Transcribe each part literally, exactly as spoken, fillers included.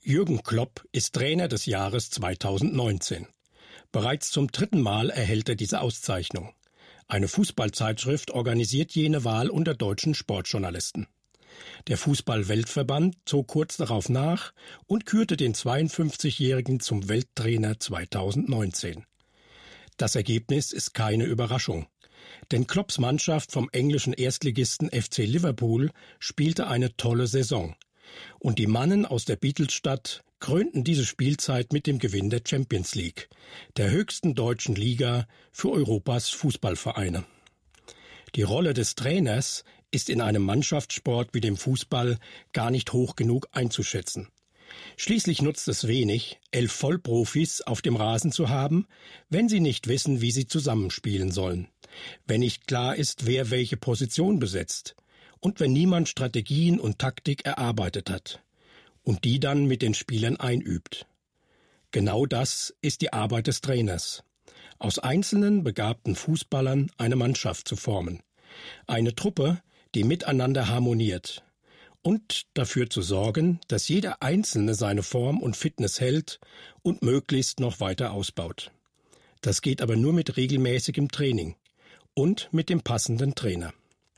Jürgen Klopp ist Trainer des Jahres zweitausendneunzehn. Bereits zum dritten Mal erhält er diese Auszeichnung. Eine Fußballzeitschrift organisiert jene Wahl unter deutschen Sportjournalisten. Der Fußball-Weltverband zog kurz darauf nach und kürte den zweiundfünfzigjährigen zum Welttrainer zweitausendneunzehn. Das Ergebnis ist keine Überraschung, denn Klopps Mannschaft vom englischen Erstligisten F C Liverpool spielte eine tolle Saison. Und die Mannen aus der Beatlesstadt krönten diese Spielzeit mit dem Gewinn der Champions League, der höchsten deutschen Liga für Europas Fußballvereine. Die Rolle des Trainers ist in einem Mannschaftssport wie dem Fußball gar nicht hoch genug einzuschätzen. Schließlich nutzt es wenig, elf Vollprofis auf dem Rasen zu haben, wenn sie nicht wissen, wie sie zusammenspielen sollen, wenn nicht klar ist, wer welche Position besetzt und wenn niemand Strategien und Taktik erarbeitet hat und die dann mit den Spielern einübt. Genau das ist die Arbeit des Trainers, aus einzelnen begabten Fußballern eine Mannschaft zu formen, eine Truppe, die miteinander harmoniert, und dafür zu sorgen, dass jeder Einzelne seine Form und Fitness hält und möglichst noch weiter ausbaut. Das geht aber nur mit regelmäßigem Training und mit dem passenden Trainer.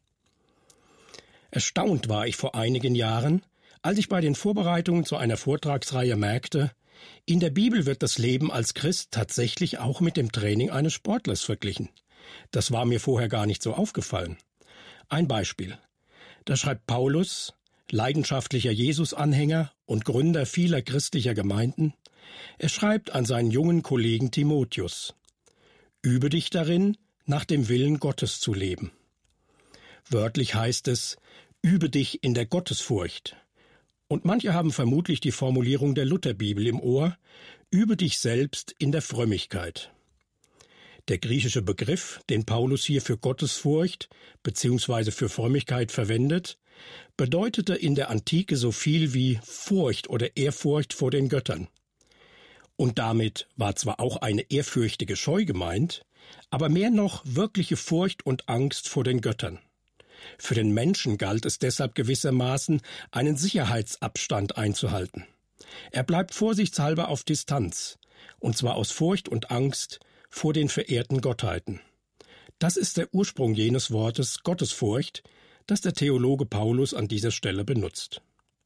Erstaunt war ich vor einigen Jahren, als ich bei den Vorbereitungen zu einer Vortragsreihe merkte, in der Bibel wird das Leben als Christ tatsächlich auch mit dem Training eines Sportlers verglichen. Das war mir vorher gar nicht so aufgefallen. Ein Beispiel. Da schreibt Paulus, leidenschaftlicher Jesus-Anhänger und Gründer vieler christlicher Gemeinden, er schreibt an seinen jungen Kollegen Timotheus: Übe dich darin, nach dem Willen Gottes zu leben. Wörtlich heißt es, übe dich in der Gottesfurcht. Und manche haben vermutlich die Formulierung der Lutherbibel im Ohr, übe dich selbst in der Frömmigkeit. Der griechische Begriff, den Paulus hier für Gottesfurcht bzw. für Frömmigkeit verwendet, bedeutete in der Antike so viel wie Furcht oder Ehrfurcht vor den Göttern. Und damit war zwar auch eine ehrfürchtige Scheu gemeint, aber mehr noch wirkliche Furcht und Angst vor den Göttern. Für den Menschen galt es deshalb gewissermaßen, einen Sicherheitsabstand einzuhalten. Er bleibt vorsichtshalber auf Distanz, und zwar aus Furcht und Angst vor den verehrten Gottheiten. Das ist der Ursprung jenes Wortes Gottesfurcht, das der Theologe Paulus an dieser Stelle benutzt.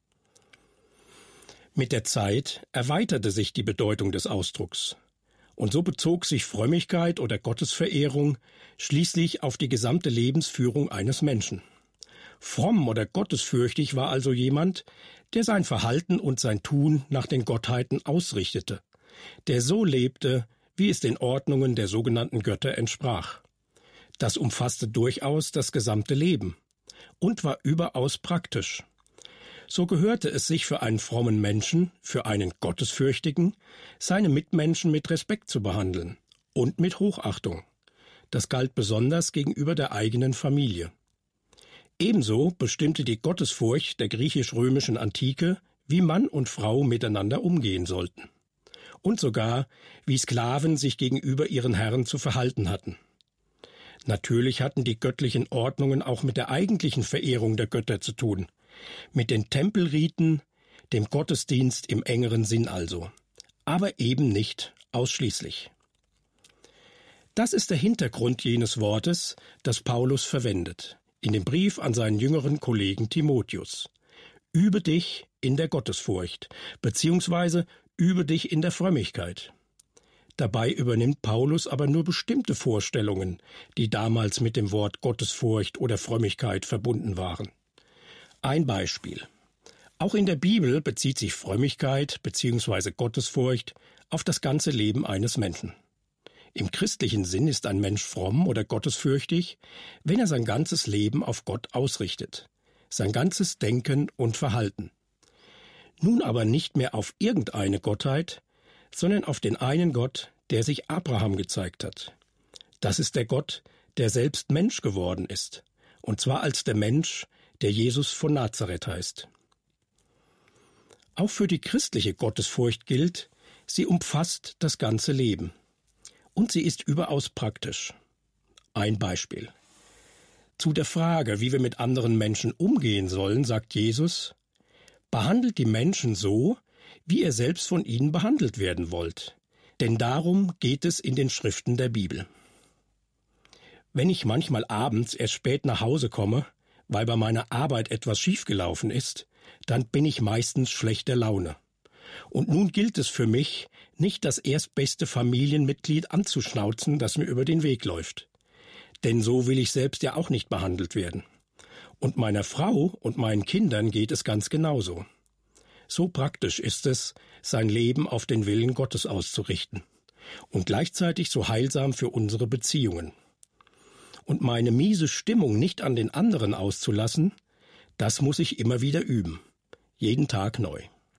Mit der Zeit erweiterte sich die Bedeutung des Ausdrucks. Und so bezog sich Frömmigkeit oder Gottesverehrung schließlich auf die gesamte Lebensführung eines Menschen. Fromm oder gottesfürchtig war also jemand, der sein Verhalten und sein Tun nach den Gottheiten ausrichtete, der so lebte, wie es den Ordnungen der sogenannten Götter entsprach. Das umfasste durchaus das gesamte Leben und war überaus praktisch. So gehörte es sich für einen frommen Menschen, für einen Gottesfürchtigen, seine Mitmenschen mit Respekt zu behandeln und mit Hochachtung. Das galt besonders gegenüber der eigenen Familie. Ebenso bestimmte die Gottesfurcht der griechisch-römischen Antike, wie Mann und Frau miteinander umgehen sollten. Und sogar, wie Sklaven sich gegenüber ihren Herren zu verhalten hatten. Natürlich hatten die göttlichen Ordnungen auch mit der eigentlichen Verehrung der Götter zu tun, mit den Tempelriten, dem Gottesdienst im engeren Sinn also, aber eben nicht ausschließlich. Das ist der Hintergrund jenes Wortes, das Paulus verwendet, in dem Brief an seinen jüngeren Kollegen Timotheus. Übe dich in der Gottesfurcht, beziehungsweise übe dich in der Frömmigkeit. Dabei übernimmt Paulus aber nur bestimmte Vorstellungen, die damals mit dem Wort Gottesfurcht oder Frömmigkeit verbunden waren. Ein Beispiel. Auch in der Bibel bezieht sich Frömmigkeit bzw. Gottesfurcht auf das ganze Leben eines Menschen. Im christlichen Sinn ist ein Mensch fromm oder gottesfürchtig, wenn er sein ganzes Leben auf Gott ausrichtet, sein ganzes Denken und Verhalten. Nun aber nicht mehr auf irgendeine Gottheit, sondern auf den einen Gott, der sich Abraham gezeigt hat. Das ist der Gott, der selbst Mensch geworden ist, und zwar als der Mensch, der Jesus von Nazareth heißt. Auch für die christliche Gottesfurcht gilt, sie umfasst das ganze Leben. Und sie ist überaus praktisch. Ein Beispiel. Zu der Frage, wie wir mit anderen Menschen umgehen sollen, sagt Jesus: Behandelt die Menschen so, wie ihr selbst von ihnen behandelt werden wollt. Denn darum geht es in den Schriften der Bibel. Wenn ich manchmal abends erst spät nach Hause komme, weil bei meiner Arbeit etwas schiefgelaufen ist, dann bin ich meistens schlechter Laune. Und nun gilt es für mich, nicht das erstbeste Familienmitglied anzuschnauzen, das mir über den Weg läuft. Denn so will ich selbst ja auch nicht behandelt werden. Und meiner Frau und meinen Kindern geht es ganz genauso. So praktisch ist es, sein Leben auf den Willen Gottes auszurichten. Und gleichzeitig so heilsam für unsere Beziehungen. Und meine miese Stimmung nicht an den anderen auszulassen, das muss ich immer wieder üben. Jeden Tag neu.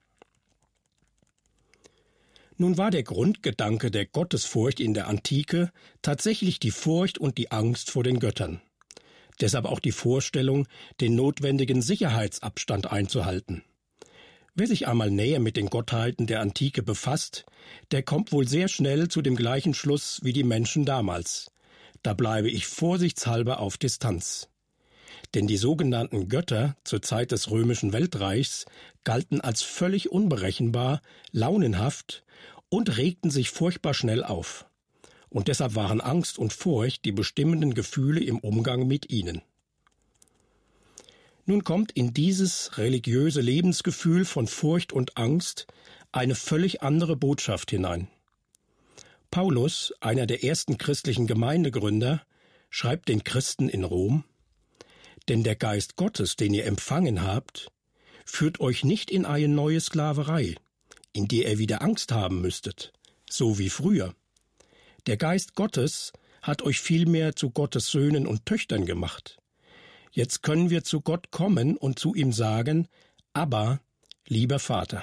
Nun war der Grundgedanke der Gottesfurcht in der Antike tatsächlich die Furcht und die Angst vor den Göttern. Deshalb auch die Vorstellung, den notwendigen Sicherheitsabstand einzuhalten. Wer sich einmal näher mit den Gottheiten der Antike befasst, der kommt wohl sehr schnell zu dem gleichen Schluss wie die Menschen damals. Da bleibe ich vorsichtshalber auf Distanz. Denn die sogenannten Götter zur Zeit des römischen Weltreichs galten als völlig unberechenbar, launenhaft und regten sich furchtbar schnell auf. Und deshalb waren Angst und Furcht die bestimmenden Gefühle im Umgang mit ihnen. Nun kommt in dieses religiöse Lebensgefühl von Furcht und Angst eine völlig andere Botschaft hinein. Paulus, einer der ersten christlichen Gemeindegründer, schreibt den Christen in Rom: Denn der Geist Gottes, den ihr empfangen habt, führt euch nicht in eine neue Sklaverei, in der ihr wieder Angst haben müsstet, so wie früher. Der Geist Gottes hat euch vielmehr zu Gottes Söhnen und Töchtern gemacht. Jetzt können wir zu Gott kommen und zu ihm sagen: Abba, lieber Vater.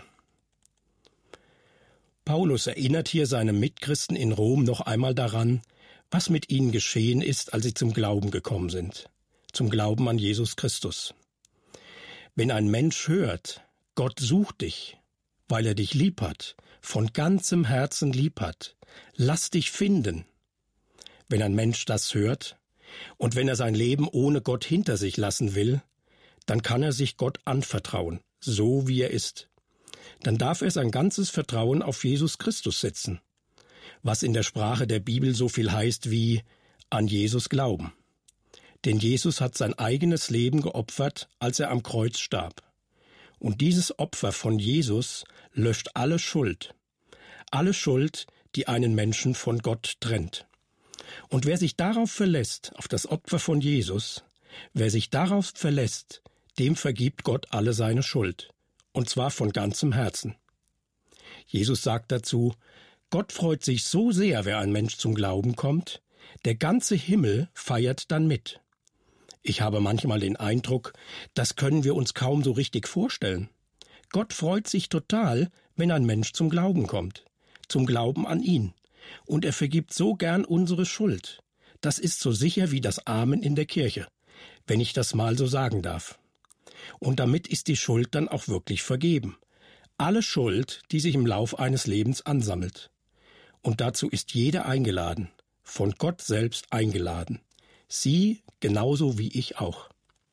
Paulus erinnert hier seine Mitchristen in Rom noch einmal daran, was mit ihnen geschehen ist, als sie zum Glauben gekommen sind, zum Glauben an Jesus Christus. Wenn ein Mensch hört, Gott sucht dich, weil er dich lieb hat, von ganzem Herzen lieb hat, lass dich finden. Wenn ein Mensch das hört und wenn er sein Leben ohne Gott hinter sich lassen will, dann kann er sich Gott anvertrauen, so wie er ist. Dann darf er sein ganzes Vertrauen auf Jesus Christus setzen, was in der Sprache der Bibel so viel heißt wie an Jesus glauben. Denn Jesus hat sein eigenes Leben geopfert, als er am Kreuz starb. Und dieses Opfer von Jesus löscht alle Schuld, alle Schuld, die einen Menschen von Gott trennt. Und wer sich darauf verlässt, auf das Opfer von Jesus, wer sich darauf verlässt, dem vergibt Gott alle seine Schuld. Und zwar von ganzem Herzen. Jesus sagt dazu: Gott freut sich so sehr, wer ein Mensch zum Glauben kommt, der ganze Himmel feiert dann mit. Ich habe manchmal den Eindruck, das können wir uns kaum so richtig vorstellen. Gott freut sich total, wenn ein Mensch zum Glauben kommt, zum Glauben an ihn. Und er vergibt so gern unsere Schuld. Das ist so sicher wie das Amen in der Kirche, wenn ich das mal so sagen darf. Und damit ist die Schuld dann auch wirklich vergeben. Alle Schuld, die sich im Lauf eines Lebens ansammelt. Und dazu ist jeder eingeladen, von Gott selbst eingeladen. Sie genauso wie ich auch.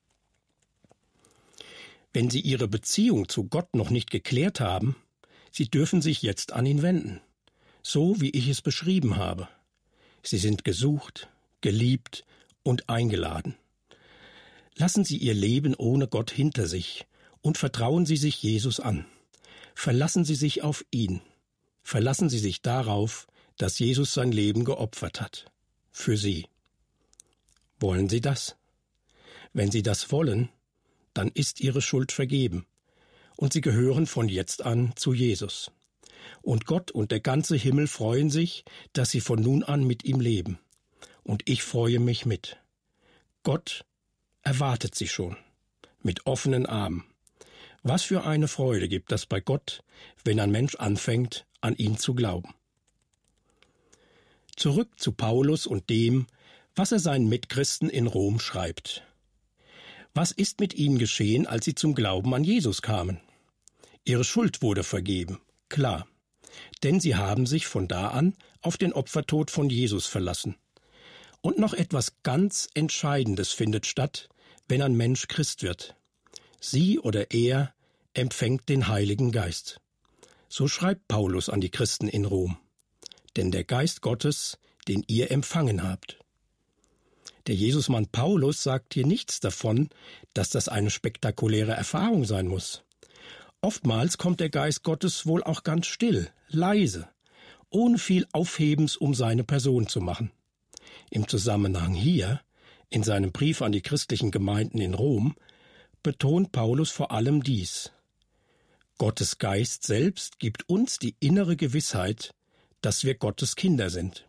Wenn Sie Ihre Beziehung zu Gott noch nicht geklärt haben, Sie dürfen sich jetzt an ihn wenden, so wie ich es beschrieben habe. Sie sind gesucht, geliebt und eingeladen. Lassen Sie Ihr Leben ohne Gott hinter sich und vertrauen Sie sich Jesus an. Verlassen Sie sich auf ihn. Verlassen Sie sich darauf, dass Jesus sein Leben geopfert hat. Für Sie. Wollen Sie das? Wenn Sie das wollen, dann ist Ihre Schuld vergeben. Und Sie gehören von jetzt an zu Jesus. Und Gott und der ganze Himmel freuen sich, dass Sie von nun an mit ihm leben. Und ich freue mich mit. Gott erwartet Sie schon, mit offenen Armen. Was für eine Freude gibt das bei Gott, wenn ein Mensch anfängt, an ihn zu glauben. Zurück zu Paulus und dem, was er seinen Mitchristen in Rom schreibt. Was ist mit ihnen geschehen, als sie zum Glauben an Jesus kamen? Ihre Schuld wurde vergeben, klar, denn sie haben sich von da an auf den Opfertod von Jesus verlassen. Und noch etwas ganz Entscheidendes findet statt, wenn ein Mensch Christ wird. Sie oder er empfängt den Heiligen Geist. So schreibt Paulus an die Christen in Rom. Denn der Geist Gottes, den ihr empfangen habt. Der Jesusmann Paulus sagt hier nichts davon, dass das eine spektakuläre Erfahrung sein muss. Oftmals kommt der Geist Gottes wohl auch ganz still, leise, ohne viel Aufhebens um seine Person zu machen. Im Zusammenhang hier, in seinem Brief an die christlichen Gemeinden in Rom, betont Paulus vor allem dies. Gottes Geist selbst gibt uns die innere Gewissheit, dass wir Gottes Kinder sind.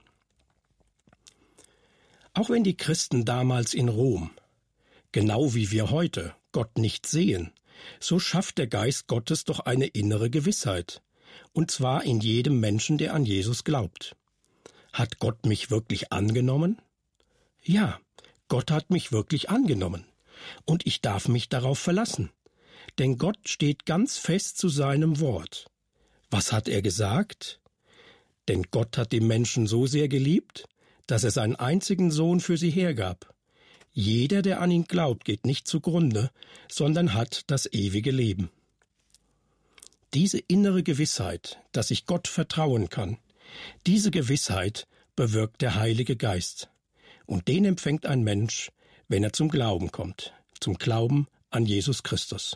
Auch wenn die Christen damals in Rom, genau wie wir heute, Gott nicht sehen, so schafft der Geist Gottes doch eine innere Gewissheit, und zwar in jedem Menschen, der an Jesus glaubt. Hat Gott mich wirklich angenommen? Ja, Gott hat mich wirklich angenommen, und ich darf mich darauf verlassen, denn Gott steht ganz fest zu seinem Wort. Was hat er gesagt? Denn Gott hat die Menschen so sehr geliebt, dass er seinen einzigen Sohn für sie hergab. Jeder, der an ihn glaubt, geht nicht zugrunde, sondern hat das ewige Leben. Diese innere Gewissheit, dass ich Gott vertrauen kann, diese Gewissheit bewirkt der Heilige Geist. Und den empfängt ein Mensch, wenn er zum Glauben kommt, zum Glauben an Jesus Christus.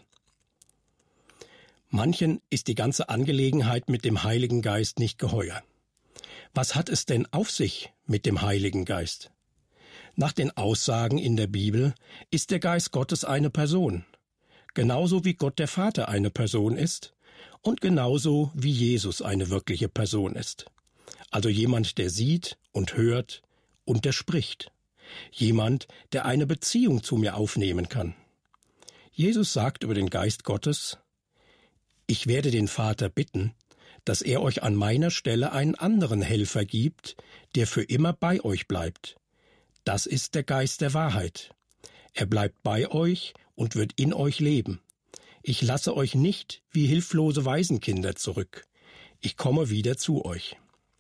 Manchen ist die ganze Angelegenheit mit dem Heiligen Geist nicht geheuer. Was hat es denn auf sich mit dem Heiligen Geist? Nach den Aussagen in der Bibel ist der Geist Gottes eine Person, genauso wie Gott der Vater eine Person ist und genauso wie Jesus eine wirkliche Person ist. Also jemand, der sieht und hört und der spricht. Jemand, der eine Beziehung zu mir aufnehmen kann. Jesus sagt über den Geist Gottes: Ich werde den Vater bitten, dass er euch an meiner Stelle einen anderen Helfer gibt, der für immer bei euch bleibt. Das ist der Geist der Wahrheit. Er bleibt bei euch und wird in euch leben. Ich lasse euch nicht wie hilflose Waisenkinder zurück. Ich komme wieder zu euch.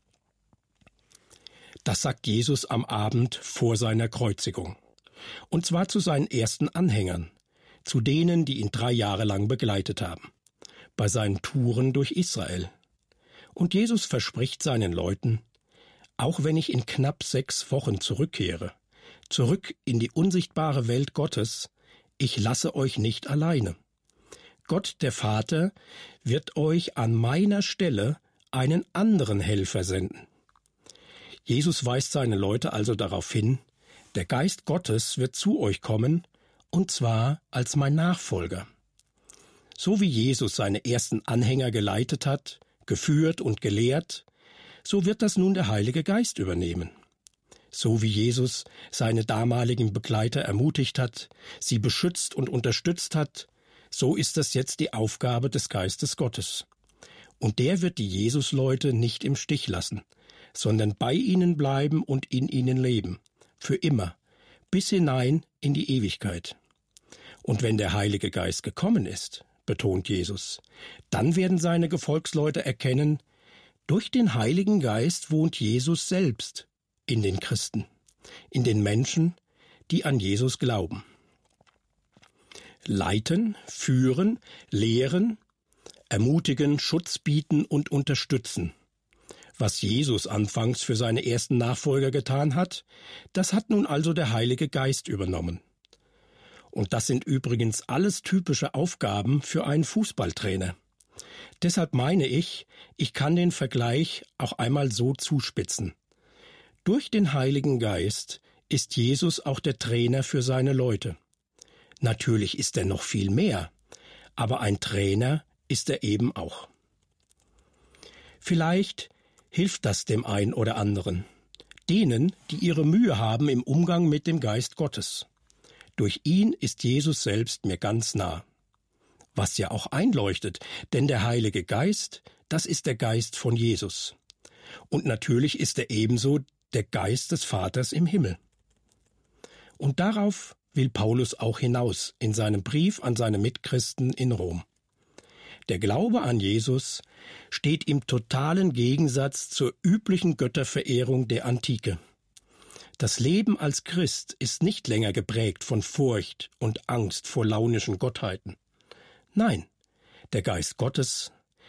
Das sagt Jesus am Abend vor seiner Kreuzigung. Und zwar zu seinen ersten Anhängern, zu denen, die ihn drei Jahre lang begleitet haben, bei seinen Touren durch Israel. Und Jesus verspricht seinen Leuten, auch wenn ich in knapp sechs Wochen zurückkehre, zurück in die unsichtbare Welt Gottes, ich lasse euch nicht alleine. Gott, der Vater, wird euch an meiner Stelle einen anderen Helfer senden. Jesus weist seine Leute also darauf hin, der Geist Gottes wird zu euch kommen, und zwar als mein Nachfolger. So wie Jesus seine ersten Anhänger geleitet hat, geführt und gelehrt, so wird das nun der Heilige Geist übernehmen. So wie Jesus seine damaligen Begleiter ermutigt hat, sie beschützt und unterstützt hat, so ist das jetzt die Aufgabe des Geistes Gottes. Und der wird die Jesus-Leute nicht im Stich lassen, sondern bei ihnen bleiben und in ihnen leben, für immer, bis hinein in die Ewigkeit. Und wenn der Heilige Geist gekommen ist, betont Jesus, dann werden seine Gefolgsleute erkennen, durch den Heiligen Geist wohnt Jesus selbst in den Christen, in den Menschen, die an Jesus glauben. Leiten, führen, lehren, ermutigen, Schutz bieten und unterstützen. Was Jesus anfangs für seine ersten Nachfolger getan hat, das hat nun also der Heilige Geist übernommen. Und das sind übrigens alles typische Aufgaben für einen Fußballtrainer. Deshalb meine ich, ich kann den Vergleich auch einmal so zuspitzen. Durch den Heiligen Geist ist Jesus auch der Trainer für seine Leute. Natürlich ist er noch viel mehr, aber ein Trainer ist er eben auch. Vielleicht hilft das dem einen oder anderen, denen, die ihre Mühe haben im Umgang mit dem Geist Gottes. Durch ihn ist Jesus selbst mir ganz nah. Was ja auch einleuchtet, denn der Heilige Geist, das ist der Geist von Jesus. Und natürlich ist er ebenso der Geist des Vaters im Himmel. Und darauf will Paulus auch hinaus in seinem Brief an seine Mitchristen in Rom. Der Glaube an Jesus steht im totalen Gegensatz zur üblichen Götterverehrung der Antike. Das Leben als Christ ist nicht länger geprägt von Furcht und Angst vor launischen Gottheiten. Nein, der Geist Gottes,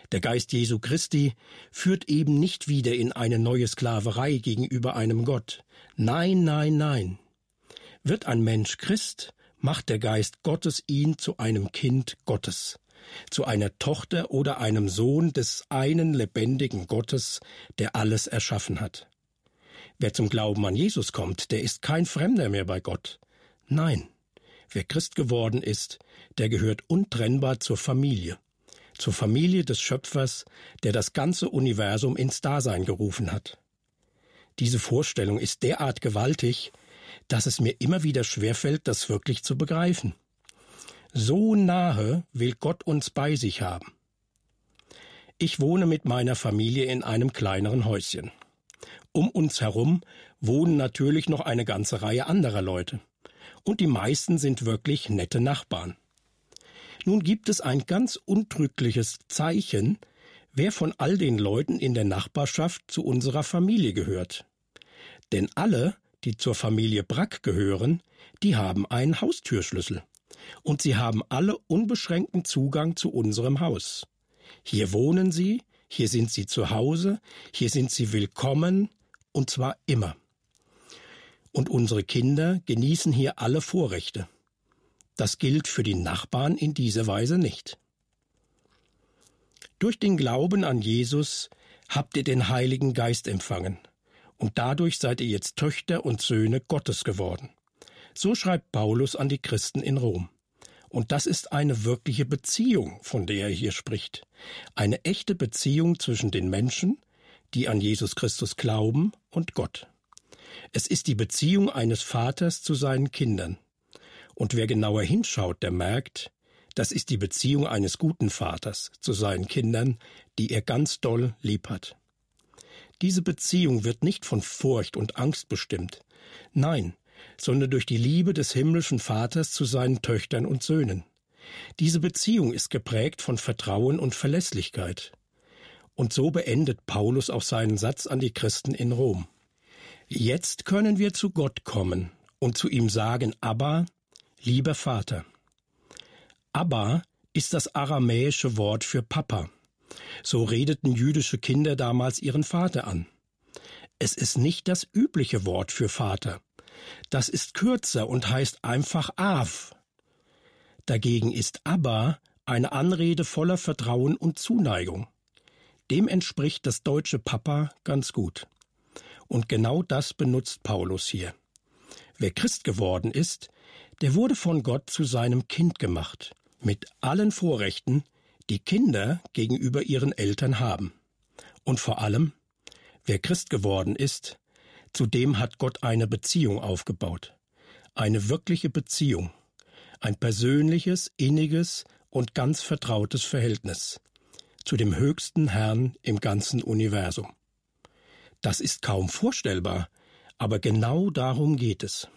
Der Geist Jesu Christi führt eben nicht wieder in eine neue Sklaverei gegenüber einem Gott. Nein, nein, nein. Wird ein Mensch Christ, macht der Geist Gottes ihn zu einem Kind Gottes, zu einer Tochter oder einem Sohn des einen lebendigen Gottes, der alles erschaffen hat. Wer zum Glauben an Jesus kommt, der ist kein Fremder mehr bei Gott. Nein, wer Christ geworden ist, der gehört untrennbar zur Familie, zur Familie des Schöpfers, der das ganze Universum ins Dasein gerufen hat. Diese Vorstellung ist derart gewaltig, dass es mir immer wieder schwerfällt, das wirklich zu begreifen. So nahe will Gott uns bei sich haben. Ich wohne mit meiner Familie in einem kleineren Häuschen. Um uns herum wohnen natürlich noch eine ganze Reihe anderer Leute. Und die meisten sind wirklich nette Nachbarn. Nun gibt es ein ganz untrügliches Zeichen, wer von all den Leuten in der Nachbarschaft zu unserer Familie gehört. Denn alle, die zur Familie Brack gehören, die haben einen Haustürschlüssel. Und sie haben alle unbeschränkten Zugang zu unserem Haus. Hier wohnen sie, hier sind sie zu Hause, hier sind sie willkommen, und zwar immer. Und unsere Kinder genießen hier alle Vorrechte. Das gilt für die Nachbarn in dieser Weise nicht. Durch den Glauben an Jesus habt ihr den Heiligen Geist empfangen, und dadurch seid ihr jetzt Töchter und Söhne Gottes geworden. So schreibt Paulus an die Christen in Rom. Und das ist eine wirkliche Beziehung, von der er hier spricht. Eine echte Beziehung zwischen den Menschen, die an Jesus Christus glauben, und Gott. Es ist die Beziehung eines Vaters zu seinen Kindern. Und wer genauer hinschaut, der merkt, das ist die Beziehung eines guten Vaters zu seinen Kindern, die er ganz doll lieb hat. Diese Beziehung wird nicht von Furcht und Angst bestimmt. Nein, sondern durch die Liebe des himmlischen Vaters zu seinen Töchtern und Söhnen. Diese Beziehung ist geprägt von Vertrauen und Verlässlichkeit. Und so beendet Paulus auch seinen Satz an die Christen in Rom. Jetzt können wir zu Gott kommen und zu ihm sagen, Abba, lieber Vater. Abba ist das aramäische Wort für Papa. So redeten jüdische Kinder damals ihren Vater an. Es ist nicht das übliche Wort für Vater. Das ist kürzer und heißt einfach Av. Dagegen ist Abba eine Anrede voller Vertrauen und Zuneigung. Dem entspricht das deutsche Papa ganz gut. Und genau das benutzt Paulus hier. Wer Christ geworden ist, der wurde von Gott zu seinem Kind gemacht, mit allen Vorrechten, die Kinder gegenüber ihren Eltern haben. Und vor allem, wer Christ geworden ist, zu dem hat Gott eine Beziehung aufgebaut. Eine wirkliche Beziehung. Ein persönliches, inniges und ganz vertrautes Verhältnis zu dem höchsten Herrn im ganzen Universum. Das ist kaum vorstellbar, aber genau darum geht es.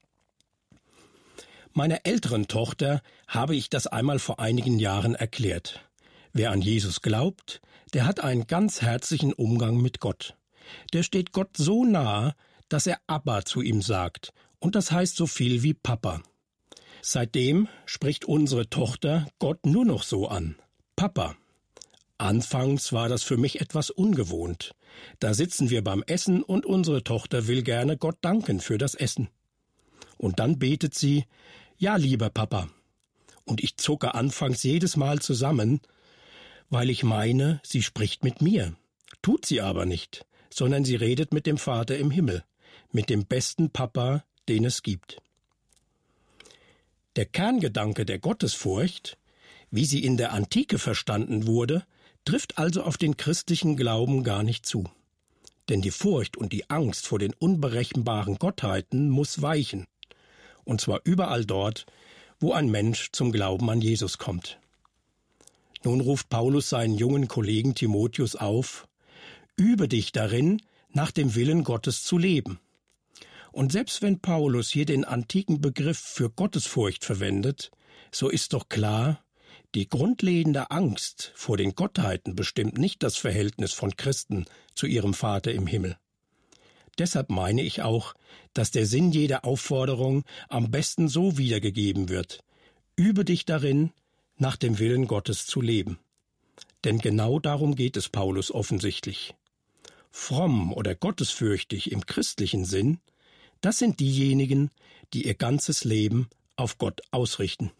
Meiner älteren Tochter habe ich das einmal vor einigen Jahren erklärt. Wer an Jesus glaubt, der hat einen ganz herzlichen Umgang mit Gott. Der steht Gott so nahe, dass er Abba zu ihm sagt, und das heißt so viel wie Papa. Seitdem spricht unsere Tochter Gott nur noch so an, Papa. Anfangs war das für mich etwas ungewohnt. Da sitzen wir beim Essen und unsere Tochter will gerne Gott danken für das Essen. Und dann betet sie, ja, lieber Papa. Und ich zucke anfangs jedes Mal zusammen, weil ich meine, sie spricht mit mir. Tut sie aber nicht, sondern sie redet mit dem Vater im Himmel, mit dem besten Papa, den es gibt. Der Kerngedanke der Gottesfurcht, wie sie in der Antike verstanden wurde, trifft also auf den christlichen Glauben gar nicht zu. Denn die Furcht und die Angst vor den unberechenbaren Gottheiten muss weichen. Und zwar überall dort, wo ein Mensch zum Glauben an Jesus kommt. Nun ruft Paulus seinen jungen Kollegen Timotheus auf, übe dich darin, nach dem Willen Gottes zu leben. Und selbst wenn Paulus hier den antiken Begriff für Gottesfurcht verwendet, so ist doch klar, die grundlegende Angst vor den Gottheiten bestimmt nicht das Verhältnis von Christen zu ihrem Vater im Himmel. Deshalb meine ich auch, dass der Sinn jeder Aufforderung am besten so wiedergegeben wird. Übe dich darin, nach dem Willen Gottes zu leben. Denn genau darum geht es Paulus offensichtlich. Fromm oder gottesfürchtig im christlichen Sinn, das sind diejenigen, die ihr ganzes Leben auf Gott ausrichten.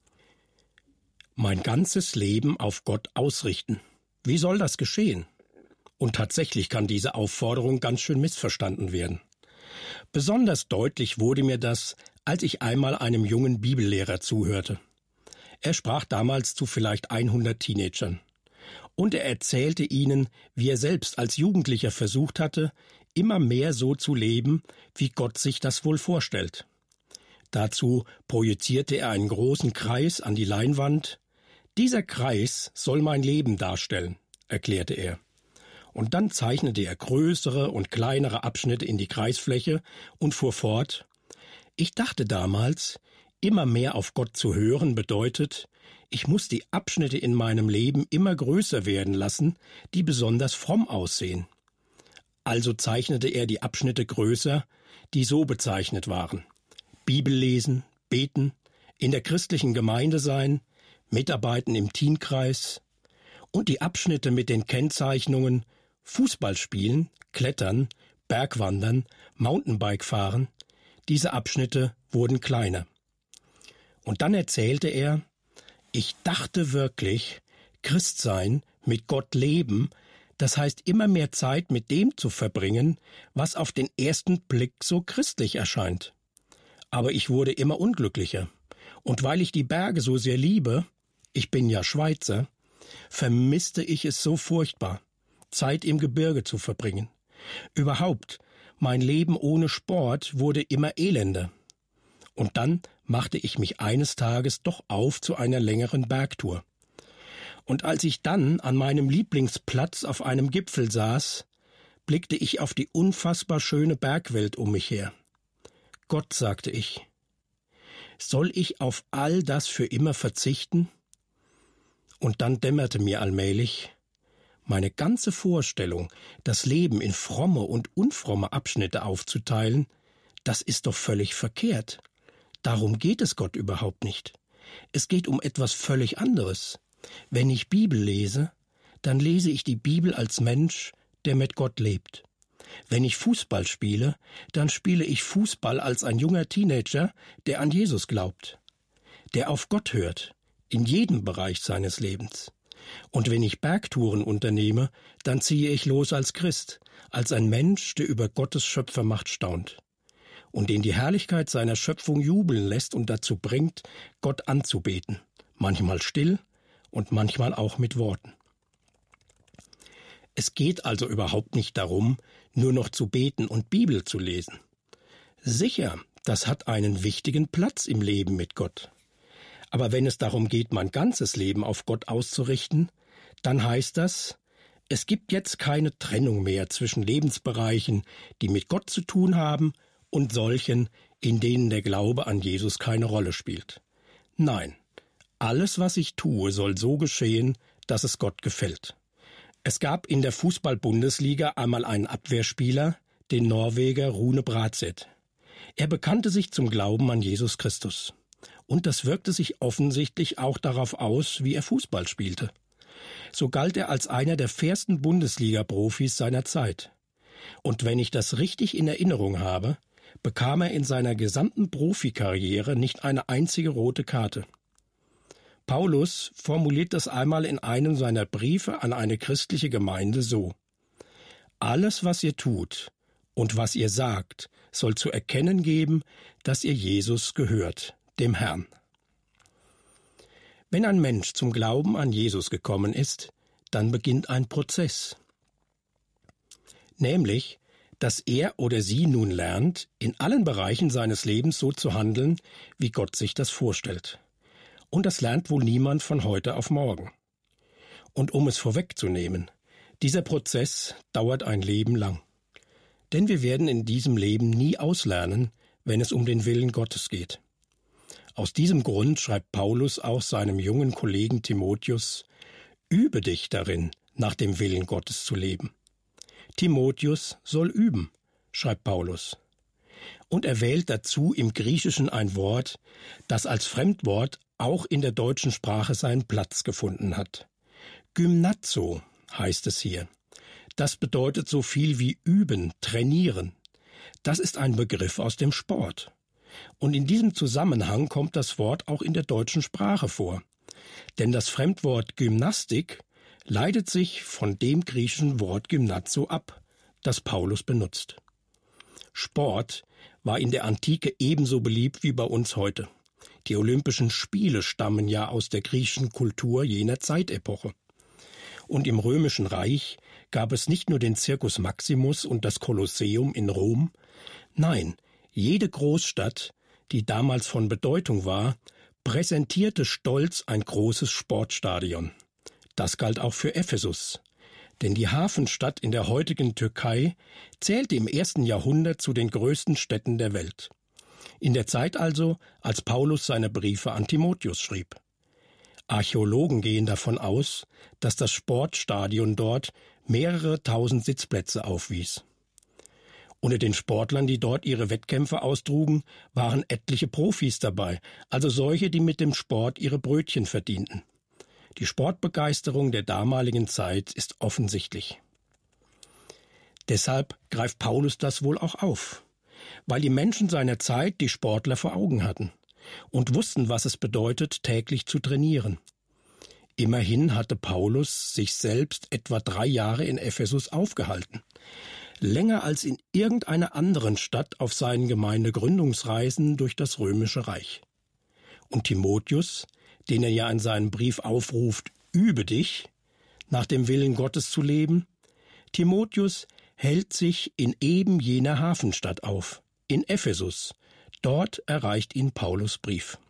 Mein ganzes Leben auf Gott ausrichten. Wie soll das geschehen? Und tatsächlich kann diese Aufforderung ganz schön missverstanden werden. Besonders deutlich wurde mir das, als ich einmal einem jungen Bibellehrer zuhörte. Er sprach damals zu vielleicht hundert Teenagern. Und er erzählte ihnen, wie er selbst als Jugendlicher versucht hatte, immer mehr so zu leben, wie Gott sich das wohl vorstellt. Dazu projizierte er einen großen Kreis an die Leinwand. Dieser Kreis soll mein Leben darstellen, erklärte er. Und dann zeichnete er größere und kleinere Abschnitte in die Kreisfläche und fuhr fort: Ich dachte damals, immer mehr auf Gott zu hören bedeutet, ich muss die Abschnitte in meinem Leben immer größer werden lassen, die besonders fromm aussehen. Also zeichnete er die Abschnitte größer, die so bezeichnet waren: Bibel lesen, beten, in der christlichen Gemeinde sein, mitarbeiten im Teenkreis, und die Abschnitte mit den Kennzeichnungen Fußball spielen, Klettern, Bergwandern, Mountainbike fahren, diese Abschnitte wurden kleiner. Und dann erzählte er: Ich dachte wirklich, Christsein, mit Gott leben, das heißt immer mehr Zeit mit dem zu verbringen, was auf den ersten Blick so christlich erscheint. Aber ich wurde immer unglücklicher. Und weil ich die Berge so sehr liebe, ich bin ja Schweizer, vermisste ich es so furchtbar, Zeit im Gebirge zu verbringen. Überhaupt, mein Leben ohne Sport wurde immer elender. Und dann machte ich mich eines Tages doch auf zu einer längeren Bergtour. Und als ich dann an meinem Lieblingsplatz auf einem Gipfel saß, blickte ich auf die unfassbar schöne Bergwelt um mich her. Gott, sagte ich, soll ich auf all das für immer verzichten? Und dann dämmerte mir allmählich, meine ganze Vorstellung, das Leben in fromme und unfromme Abschnitte aufzuteilen, das ist doch völlig verkehrt. Darum geht es Gott überhaupt nicht. Es geht um etwas völlig anderes. Wenn ich Bibel lese, dann lese ich die Bibel als Mensch, der mit Gott lebt. Wenn ich Fußball spiele, dann spiele ich Fußball als ein junger Teenager, der an Jesus glaubt, der auf Gott hört, in jedem Bereich seines Lebens. Und wenn ich Bergtouren unternehme, dann ziehe ich los als Christ, als ein Mensch, der über Gottes Schöpfermacht staunt und den die Herrlichkeit seiner Schöpfung jubeln lässt und dazu bringt, Gott anzubeten, manchmal still und manchmal auch mit Worten. Es geht also überhaupt nicht darum, nur noch zu beten und Bibel zu lesen. Sicher, das hat einen wichtigen Platz im Leben mit Gott. Aber wenn es darum geht, mein ganzes Leben auf Gott auszurichten, dann heißt das, es gibt jetzt keine Trennung mehr zwischen Lebensbereichen, die mit Gott zu tun haben, und solchen, in denen der Glaube an Jesus keine Rolle spielt. Nein, alles, was ich tue, soll so geschehen, dass es Gott gefällt. Es gab in der Fußball-Bundesliga einmal einen Abwehrspieler, den Norweger Rune Bratseth. Er bekannte sich zum Glauben an Jesus Christus. Und das wirkte sich offensichtlich auch darauf aus, wie er Fußball spielte. So galt er als einer der fairsten Bundesliga-Profis seiner Zeit. Und wenn ich das richtig in Erinnerung habe, bekam er in seiner gesamten Profikarriere nicht eine einzige rote Karte. Paulus formuliert das einmal in einem seiner Briefe an eine christliche Gemeinde so: Alles, was ihr tut und was ihr sagt, soll zu erkennen geben, dass ihr Jesus gehört, dem Herrn. Wenn ein Mensch zum Glauben an Jesus gekommen ist, dann beginnt ein Prozess. Nämlich, dass er oder sie nun lernt, in allen Bereichen seines Lebens so zu handeln, wie Gott sich das vorstellt. Und das lernt wohl niemand von heute auf morgen. Und um es vorwegzunehmen, dieser Prozess dauert ein Leben lang. Denn wir werden in diesem Leben nie auslernen, wenn es um den Willen Gottes geht. Aus diesem Grund schreibt Paulus auch seinem jungen Kollegen Timotheus: Übe dich darin, nach dem Willen Gottes zu leben. Timotheus soll üben, schreibt Paulus. Und er wählt dazu im Griechischen ein Wort, das als Fremdwort auch in der deutschen Sprache seinen Platz gefunden hat. Gymnazo heißt es hier. Das bedeutet so viel wie üben, trainieren. Das ist ein Begriff aus dem Sport. Und in diesem Zusammenhang kommt das Wort auch in der deutschen Sprache vor. Denn das Fremdwort Gymnastik leitet sich von dem griechischen Wort Gymnazo ab, das Paulus benutzt. Sport war in der Antike ebenso beliebt wie bei uns heute. Die Olympischen Spiele stammen ja aus der griechischen Kultur jener Zeitepoche. Und im Römischen Reich gab es nicht nur den Circus Maximus und das Kolosseum in Rom, nein, jede Großstadt, die damals von Bedeutung war, präsentierte stolz ein großes Sportstadion. Das galt auch für Ephesus, denn die Hafenstadt in der heutigen Türkei zählte im ersten Jahrhundert zu den größten Städten der Welt. In der Zeit also, als Paulus seine Briefe an Timotheus schrieb. Archäologen gehen davon aus, dass das Sportstadion dort mehrere tausend Sitzplätze aufwies. Unter den Sportlern, die dort ihre Wettkämpfe austrugen, waren etliche Profis dabei, also solche, die mit dem Sport ihre Brötchen verdienten. Die Sportbegeisterung der damaligen Zeit ist offensichtlich. Deshalb greift Paulus das wohl auch auf, weil die Menschen seiner Zeit die Sportler vor Augen hatten und wussten, was es bedeutet, täglich zu trainieren. Immerhin hatte Paulus sich selbst etwa drei Jahre in Ephesus aufgehalten, länger als in irgendeiner anderen Stadt auf seinen Gemeindegründungsreisen durch das Römische Reich. Und Timotheus, den er ja in seinem Brief aufruft, übe dich, nach dem Willen Gottes zu leben, Timotheus hält sich in eben jener Hafenstadt auf, in Ephesus. Dort erreicht ihn Paulus' Brief.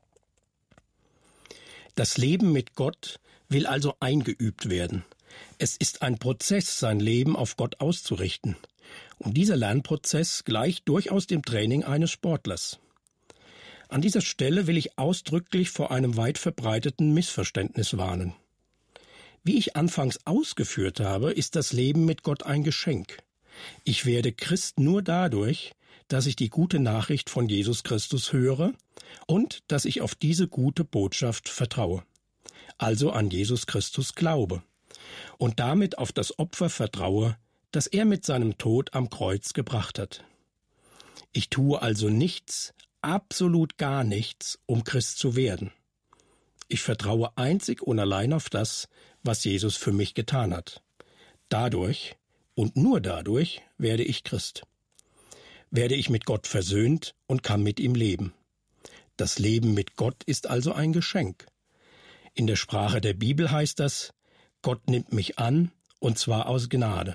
Das Leben mit Gott will also eingeübt werden. Es ist ein Prozess, sein Leben auf Gott auszurichten. Und dieser Lernprozess gleicht durchaus dem Training eines Sportlers. An dieser Stelle will ich ausdrücklich vor einem weit verbreiteten Missverständnis warnen. Wie ich anfangs ausgeführt habe, ist das Leben mit Gott ein Geschenk. Ich werde Christ nur dadurch, dass ich die gute Nachricht von Jesus Christus höre und dass ich auf diese gute Botschaft vertraue, also an Jesus Christus glaube und damit auf das Opfer vertraue, das er mit seinem Tod am Kreuz gebracht hat. Ich tue also nichts, absolut gar nichts, um Christ zu werden. Ich vertraue einzig und allein auf das, was Jesus für mich getan hat. Dadurch und nur dadurch werde ich Christ. Werde ich mit Gott versöhnt und kann mit ihm leben. Das Leben mit Gott ist also ein Geschenk. In der Sprache der Bibel heißt das, Gott nimmt mich an, und zwar aus Gnade.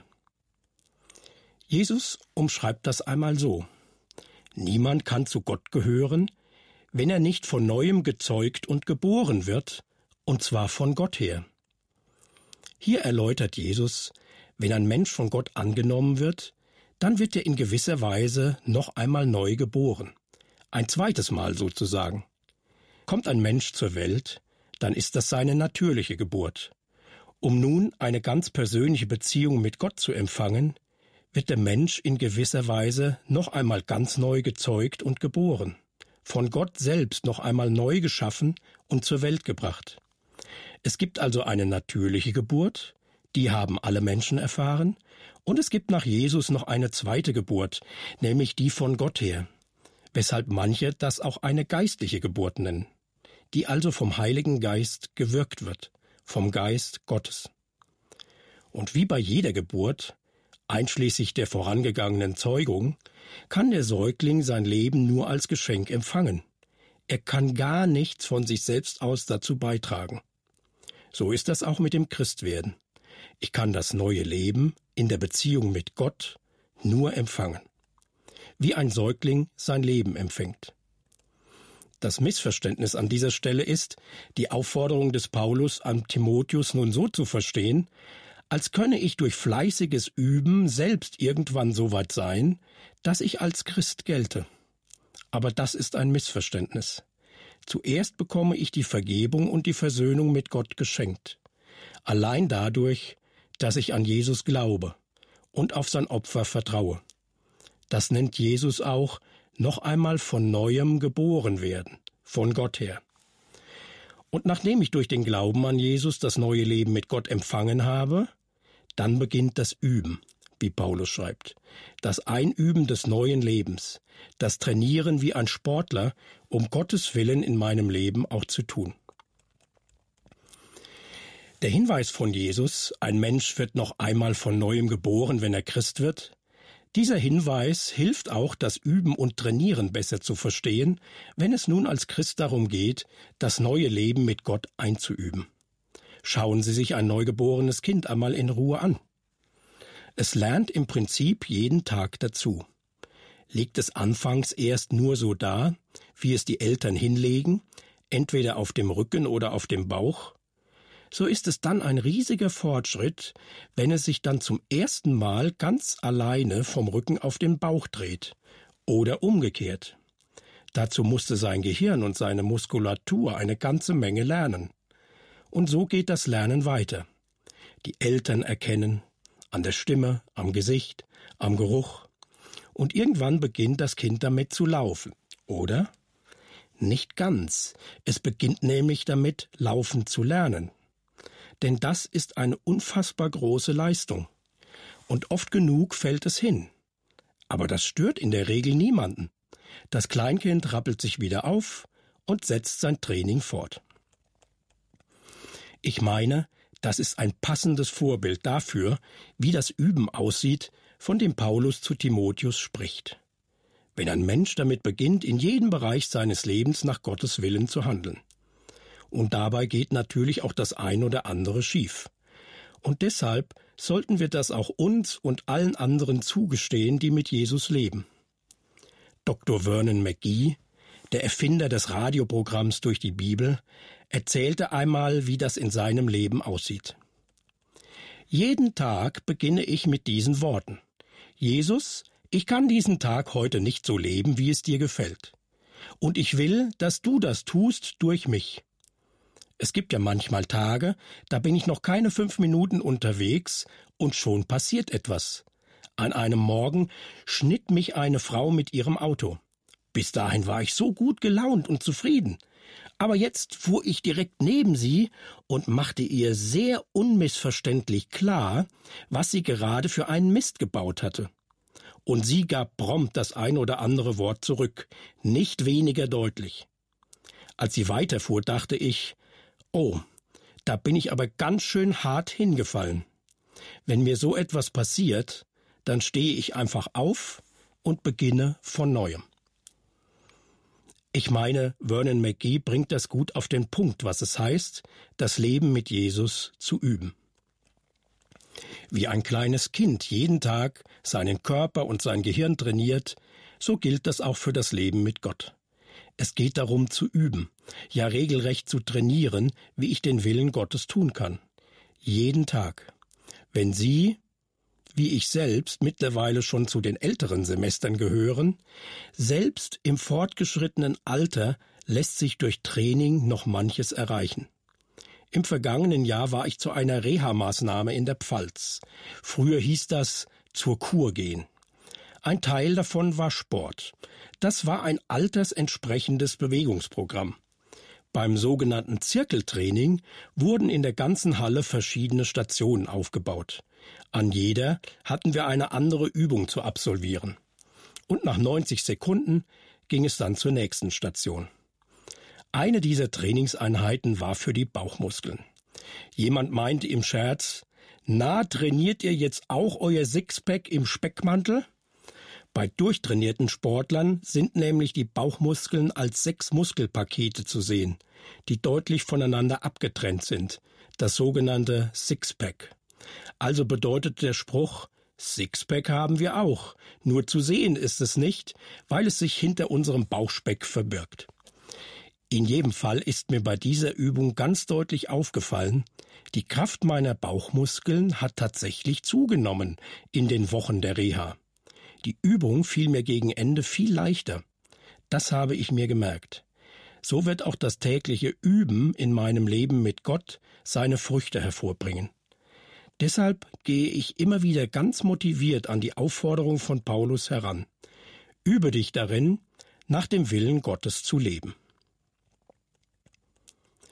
Jesus umschreibt das einmal so. Niemand kann zu Gott gehören, wenn er nicht von Neuem gezeugt und geboren wird, und zwar von Gott her. Hier erläutert Jesus, wenn ein Mensch von Gott angenommen wird, dann wird er in gewisser Weise noch einmal neu geboren. Ein zweites Mal sozusagen. Kommt ein Mensch zur Welt, dann ist das seine natürliche Geburt. Um nun eine ganz persönliche Beziehung mit Gott zu empfangen, wird der Mensch in gewisser Weise noch einmal ganz neu gezeugt und geboren, von Gott selbst noch einmal neu geschaffen und zur Welt gebracht. Es gibt also eine natürliche Geburt, die haben alle Menschen erfahren, und es gibt nach Jesus noch eine zweite Geburt, nämlich die von Gott her, weshalb manche das auch eine geistliche Geburt nennen, die also vom Heiligen Geist gewirkt wird, vom Geist Gottes. Und wie bei jeder Geburt, einschließlich der vorangegangenen Zeugung, kann der Säugling sein Leben nur als Geschenk empfangen. Er kann gar nichts von sich selbst aus dazu beitragen. So ist das auch mit dem Christwerden. Ich kann das neue Leben in der Beziehung mit Gott nur empfangen, wie ein Säugling sein Leben empfängt. Das Missverständnis an dieser Stelle ist, die Aufforderung des Paulus an Timotheus nun so zu verstehen, als könne ich durch fleißiges Üben selbst irgendwann so weit sein, dass ich als Christ gelte. Aber das ist ein Missverständnis. Zuerst bekomme ich die Vergebung und die Versöhnung mit Gott geschenkt. Allein dadurch, dass ich an Jesus glaube und auf sein Opfer vertraue. Das nennt Jesus auch noch einmal von Neuem geboren werden, von Gott her. Und nachdem ich durch den Glauben an Jesus das neue Leben mit Gott empfangen habe, dann beginnt das Üben, wie Paulus schreibt. Das Einüben des neuen Lebens, das Trainieren wie ein Sportler, um Gottes Willen in meinem Leben auch zu tun. Der Hinweis von Jesus, ein Mensch wird noch einmal von Neuem geboren, wenn er Christ wird, dieser Hinweis hilft auch, das Üben und Trainieren besser zu verstehen, wenn es nun als Christ darum geht, das neue Leben mit Gott einzuüben. Schauen Sie sich ein neugeborenes Kind einmal in Ruhe an. Es lernt im Prinzip jeden Tag dazu. Liegt es anfangs erst nur so da, wie es die Eltern hinlegen, entweder auf dem Rücken oder auf dem Bauch, so ist es dann ein riesiger Fortschritt, wenn es sich dann zum ersten Mal ganz alleine vom Rücken auf den Bauch dreht oder umgekehrt. Dazu musste sein Gehirn und seine Muskulatur eine ganze Menge lernen. Und so geht das Lernen weiter. Die Eltern erkennen, an der Stimme, am Gesicht, am Geruch. Und irgendwann beginnt das Kind damit zu laufen, oder? Nicht ganz. Es beginnt nämlich damit, laufen zu lernen. Denn das ist eine unfassbar große Leistung. Und oft genug fällt es hin. Aber das stört in der Regel niemanden. Das Kleinkind rappelt sich wieder auf und setzt sein Training fort. Ich meine, das ist ein passendes Vorbild dafür, wie das Üben aussieht, von dem Paulus zu Timotheus spricht. Wenn ein Mensch damit beginnt, in jedem Bereich seines Lebens nach Gottes Willen zu handeln. Und dabei geht natürlich auch das ein oder andere schief. Und deshalb sollten wir das auch uns und allen anderen zugestehen, die mit Jesus leben. Doktor Vernon McGee, der Erfinder des Radioprogramms Durch die Bibel, erzählte einmal, wie das in seinem Leben aussieht. Jeden Tag beginne ich mit diesen Worten. Jesus, ich kann diesen Tag heute nicht so leben, wie es dir gefällt. Und ich will, dass du das tust durch mich. Es gibt ja manchmal Tage, da bin ich noch keine fünf Minuten unterwegs und schon passiert etwas. An einem Morgen schnitt mich eine Frau mit ihrem Auto. Bis dahin war ich so gut gelaunt und zufrieden. Aber jetzt fuhr ich direkt neben sie und machte ihr sehr unmissverständlich klar, was sie gerade für einen Mist gebaut hatte. Und sie gab prompt das ein oder andere Wort zurück, nicht weniger deutlich. Als sie weiterfuhr, dachte ich, oh, da bin ich aber ganz schön hart hingefallen. Wenn mir so etwas passiert, dann stehe ich einfach auf und beginne von Neuem. Ich meine, Vernon McGee bringt das gut auf den Punkt, was es heißt, das Leben mit Jesus zu üben. Wie ein kleines Kind jeden Tag seinen Körper und sein Gehirn trainiert, so gilt das auch für das Leben mit Gott. Es geht darum zu üben, ja regelrecht zu trainieren, wie ich den Willen Gottes tun kann. Jeden Tag. Wenn Sie, wie ich selbst, mittlerweile schon zu den älteren Semestern gehören, selbst im fortgeschrittenen Alter lässt sich durch Training noch manches erreichen. Im vergangenen Jahr war ich zu einer Reha-Maßnahme in der Pfalz. Früher hieß das zur Kur gehen. Ein Teil davon war Sport. Das war ein altersentsprechendes Bewegungsprogramm. Beim sogenannten Zirkeltraining wurden in der ganzen Halle verschiedene Stationen aufgebaut. An jeder hatten wir eine andere Übung zu absolvieren. Und nach neunzig Sekunden ging es dann zur nächsten Station. Eine dieser Trainingseinheiten war für die Bauchmuskeln. Jemand meinte im Scherz, na, trainiert ihr jetzt auch euer Sixpack im Speckmantel? Bei durchtrainierten Sportlern sind nämlich die Bauchmuskeln als sechs Muskelpakete zu sehen, die deutlich voneinander abgetrennt sind, das sogenannte Sixpack. Also bedeutet der Spruch, Sixpack haben wir auch, nur zu sehen ist es nicht, weil es sich hinter unserem Bauchspeck verbirgt. In jedem Fall ist mir bei dieser Übung ganz deutlich aufgefallen, die Kraft meiner Bauchmuskeln hat tatsächlich zugenommen in den Wochen der Reha. Die Übung fiel mir gegen Ende viel leichter. Das habe ich mir gemerkt. So wird auch das tägliche Üben in meinem Leben mit Gott seine Früchte hervorbringen. Deshalb gehe ich immer wieder ganz motiviert an die Aufforderung von Paulus heran. Übe dich darin, nach dem Willen Gottes zu leben.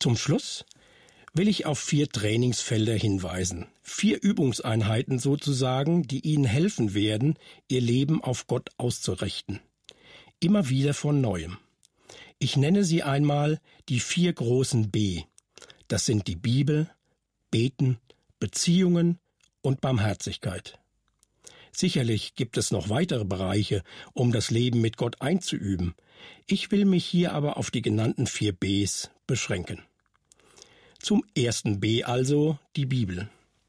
Zum Schluss will ich auf vier Trainingsfelder hinweisen. Vier Übungseinheiten sozusagen, die Ihnen helfen werden, Ihr Leben auf Gott auszurichten. Immer wieder von Neuem. Ich nenne sie einmal die vier großen B. Das sind die Bibel, Beten, Beziehungen und Barmherzigkeit. Sicherlich gibt es noch weitere Bereiche, um das Leben mit Gott einzuüben. Ich will mich hier aber auf die genannten vier Bs beschränken. Zum ersten B also die Bibel.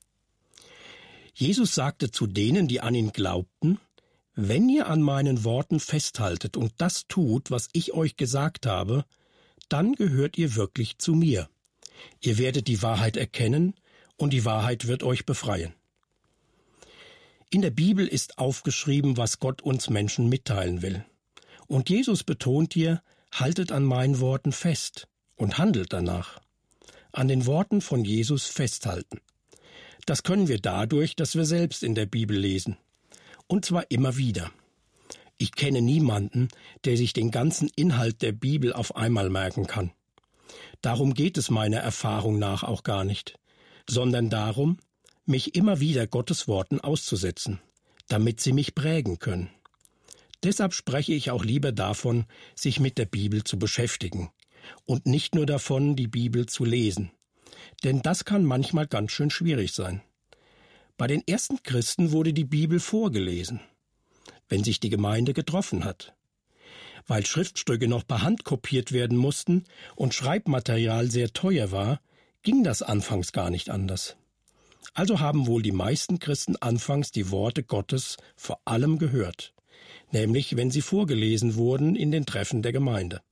Jesus sagte zu denen, die an ihn glaubten: Wenn ihr an meinen Worten festhaltet und das tut, was ich euch gesagt habe, dann gehört ihr wirklich zu mir. Ihr werdet die Wahrheit erkennen und die Wahrheit wird euch befreien. In der Bibel ist aufgeschrieben, was Gott uns Menschen mitteilen will. Und Jesus betont hier: Haltet an meinen Worten fest und handelt danach. An den Worten von Jesus festhalten. Das können wir dadurch, dass wir selbst in der Bibel lesen. Und zwar immer wieder. Ich kenne niemanden, der sich den ganzen Inhalt der Bibel auf einmal merken kann. Darum geht es meiner Erfahrung nach auch gar nicht, sondern darum, mich immer wieder Gottes Worten auszusetzen, damit sie mich prägen können. Deshalb spreche ich auch lieber davon, sich mit der Bibel zu beschäftigen und nicht nur davon, die Bibel zu lesen. Denn das kann manchmal ganz schön schwierig sein. Bei den ersten Christen wurde die Bibel vorgelesen, wenn sich die Gemeinde getroffen hat. Weil Schriftstücke noch per Hand kopiert werden mussten und Schreibmaterial sehr teuer war, ging das anfangs gar nicht anders. Also haben wohl die meisten Christen anfangs die Worte Gottes vor allem gehört, nämlich wenn sie vorgelesen wurden in den Treffen der Gemeinde.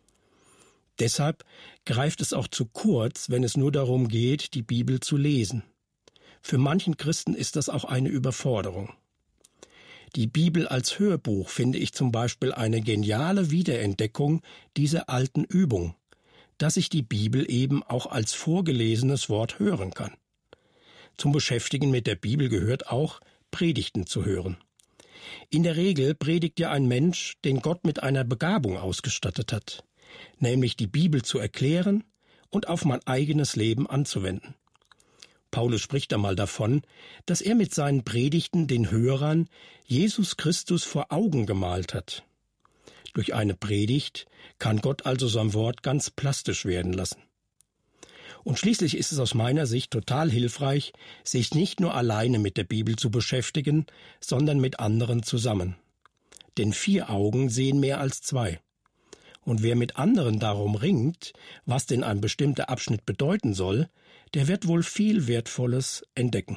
Deshalb greift es auch zu kurz, wenn es nur darum geht, die Bibel zu lesen. Für manchen Christen ist das auch eine Überforderung. Die Bibel als Hörbuch finde ich zum Beispiel eine geniale Wiederentdeckung dieser alten Übung, dass ich die Bibel eben auch als vorgelesenes Wort hören kann. Zum Beschäftigen mit der Bibel gehört auch, Predigten zu hören. In der Regel predigt ja ein Mensch, den Gott mit einer Begabung ausgestattet hat, nämlich die Bibel zu erklären und auf mein eigenes Leben anzuwenden. Paulus spricht einmal davon, dass er mit seinen Predigten den Hörern Jesus Christus vor Augen gemalt hat. Durch eine Predigt kann Gott also sein Wort ganz plastisch werden lassen. Und schließlich ist es aus meiner Sicht total hilfreich, sich nicht nur alleine mit der Bibel zu beschäftigen, sondern mit anderen zusammen. Denn vier Augen sehen mehr als zwei. Und wer mit anderen darum ringt, was denn ein bestimmter Abschnitt bedeuten soll, der wird wohl viel Wertvolles entdecken.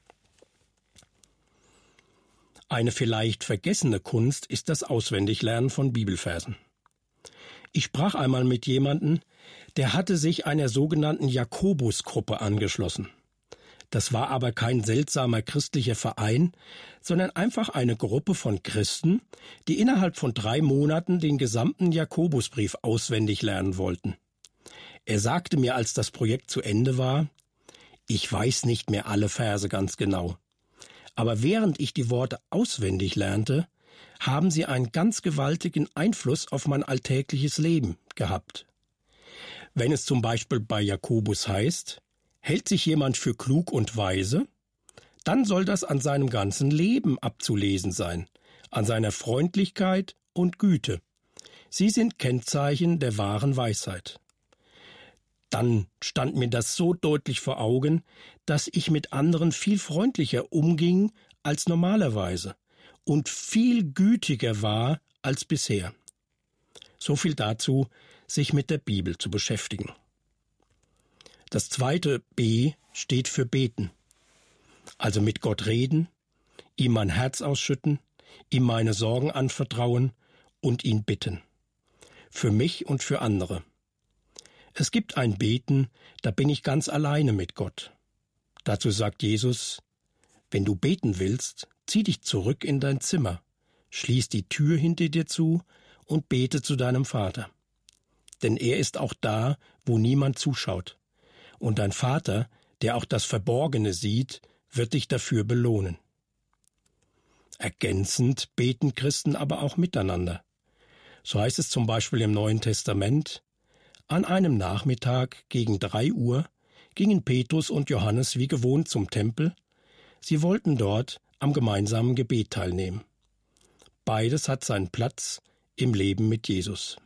Eine vielleicht vergessene Kunst ist das Auswendiglernen von Bibelversen. Ich sprach einmal mit jemandem, der hatte sich einer sogenannten Jakobusgruppe angeschlossen. Das war aber kein seltsamer christlicher Verein, sondern einfach eine Gruppe von Christen, die innerhalb von drei Monaten den gesamten Jakobusbrief auswendig lernen wollten. Er sagte mir, als das Projekt zu Ende war: Ich weiß nicht mehr alle Verse ganz genau. Aber während ich die Worte auswendig lernte, haben sie einen ganz gewaltigen Einfluss auf mein alltägliches Leben gehabt. Wenn es zum Beispiel bei Jakobus heißt: Hält sich jemand für klug und weise, dann soll das an seinem ganzen Leben abzulesen sein, an seiner Freundlichkeit und Güte. Sie sind Kennzeichen der wahren Weisheit. Dann stand mir das so deutlich vor Augen, dass ich mit anderen viel freundlicher umging als normalerweise und viel gütiger war als bisher. So viel dazu, sich mit der Bibel zu beschäftigen. Das zweite B steht für Beten. Also mit Gott reden, ihm mein Herz ausschütten, ihm meine Sorgen anvertrauen und ihn bitten. Für mich und für andere. Es gibt ein Beten, da bin ich ganz alleine mit Gott. Dazu sagt Jesus: Wenn du beten willst, zieh dich zurück in dein Zimmer, schließ die Tür hinter dir zu und bete zu deinem Vater. Denn er ist auch da, wo niemand zuschaut. Und dein Vater, der auch das Verborgene sieht, wird dich dafür belohnen. Ergänzend beten Christen aber auch miteinander. So heißt es zum Beispiel im Neuen Testament: An einem Nachmittag gegen drei Uhr gingen Petrus und Johannes wie gewohnt zum Tempel. Sie wollten dort am gemeinsamen Gebet teilnehmen. Beides hat seinen Platz im Leben mit Jesus.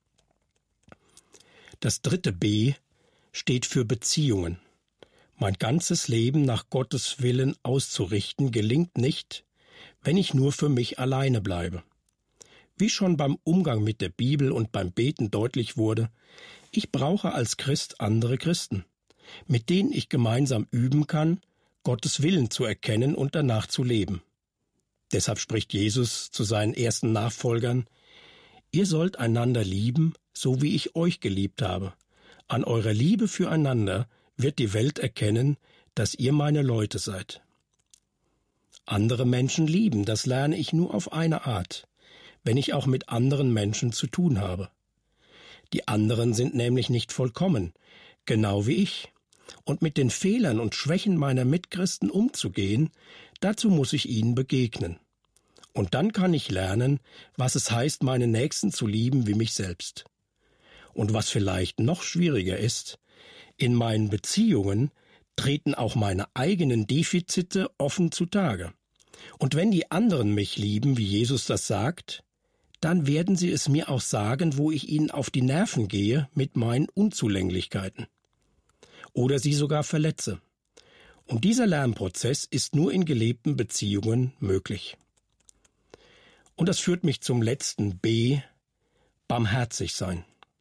Das dritte B steht für Beziehungen. Mein ganzes Leben nach Gottes Willen auszurichten gelingt nicht, wenn ich nur für mich alleine bleibe. Wie schon beim Umgang mit der Bibel und beim Beten deutlich wurde, ich brauche als Christ andere Christen, mit denen ich gemeinsam üben kann, Gottes Willen zu erkennen und danach zu leben. Deshalb spricht Jesus zu seinen ersten Nachfolgern: Ihr sollt einander lieben, so wie ich euch geliebt habe. An eurer Liebe füreinander wird die Welt erkennen, dass ihr meine Leute seid. Andere Menschen lieben, das lerne ich nur auf eine Art, wenn ich auch mit anderen Menschen zu tun habe. Die anderen sind nämlich nicht vollkommen, genau wie ich. Und mit den Fehlern und Schwächen meiner Mitchristen umzugehen, dazu muss ich ihnen begegnen. Und dann kann ich lernen, was es heißt, meine Nächsten zu lieben wie mich selbst. Und was vielleicht noch schwieriger ist, in meinen Beziehungen treten auch meine eigenen Defizite offen zutage. Und wenn die anderen mich lieben, wie Jesus das sagt, dann werden sie es mir auch sagen, wo ich ihnen auf die Nerven gehe mit meinen Unzulänglichkeiten. Oder sie sogar verletze. Und dieser Lernprozess ist nur in gelebten Beziehungen möglich. Und das führt mich zum letzten B, barmherzig sein.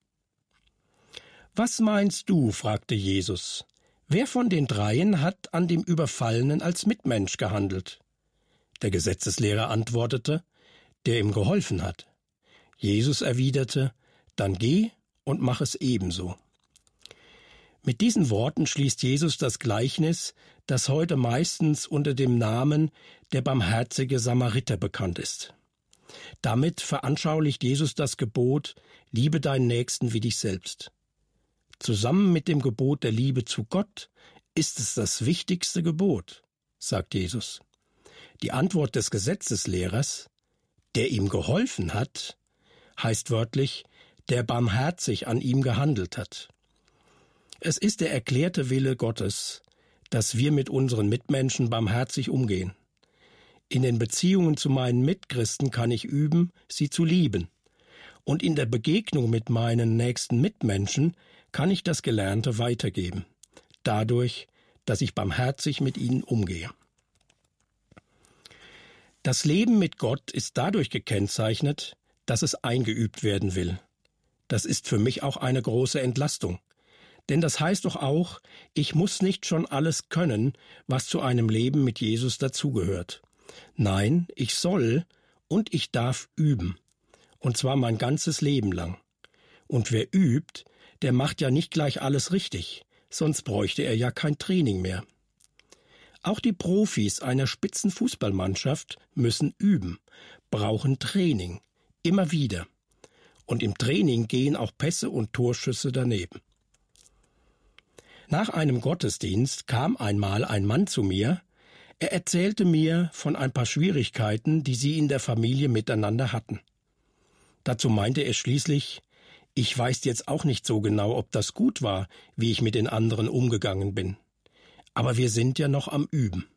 Was meinst du, fragte Jesus, wer von den dreien hat an dem Überfallenen als Mitmensch gehandelt? Der Gesetzeslehrer antwortete, der ihm geholfen hat. Jesus erwiderte, dann geh und mach es ebenso. Mit diesen Worten schließt Jesus das Gleichnis, das heute meistens unter dem Namen der barmherzige Samariter bekannt ist. Damit veranschaulicht Jesus das Gebot, liebe deinen Nächsten wie dich selbst. Zusammen mit dem Gebot der Liebe zu Gott ist es das wichtigste Gebot, sagt Jesus. Die Antwort des Gesetzeslehrers, der ihm geholfen hat, heißt wörtlich, der barmherzig an ihm gehandelt hat. Es ist der erklärte Wille Gottes, dass wir mit unseren Mitmenschen barmherzig umgehen. In den Beziehungen zu meinen Mitchristen kann ich üben, sie zu lieben. Und in der Begegnung mit meinen nächsten Mitmenschen kann ich das Gelernte weitergeben, dadurch, dass ich barmherzig mit ihnen umgehe. Das Leben mit Gott ist dadurch gekennzeichnet, dass es eingeübt werden will. Das ist für mich auch eine große Entlastung. Denn das heißt doch auch, ich muss nicht schon alles können, was zu einem Leben mit Jesus dazugehört. Nein, ich soll und ich darf üben. Und zwar mein ganzes Leben lang. Und wer übt, der macht ja nicht gleich alles richtig, sonst bräuchte er ja kein Training mehr. Auch die Profis einer Spitzenfußballmannschaft müssen üben, brauchen Training, immer wieder. Und im Training gehen auch Pässe und Torschüsse daneben. Nach einem Gottesdienst kam einmal ein Mann zu mir. Er erzählte mir von ein paar Schwierigkeiten, die sie in der Familie miteinander hatten. Dazu meinte er schließlich, ich weiß jetzt auch nicht so genau, ob das gut war, wie ich mit den anderen umgegangen bin. Aber wir sind ja noch am Üben.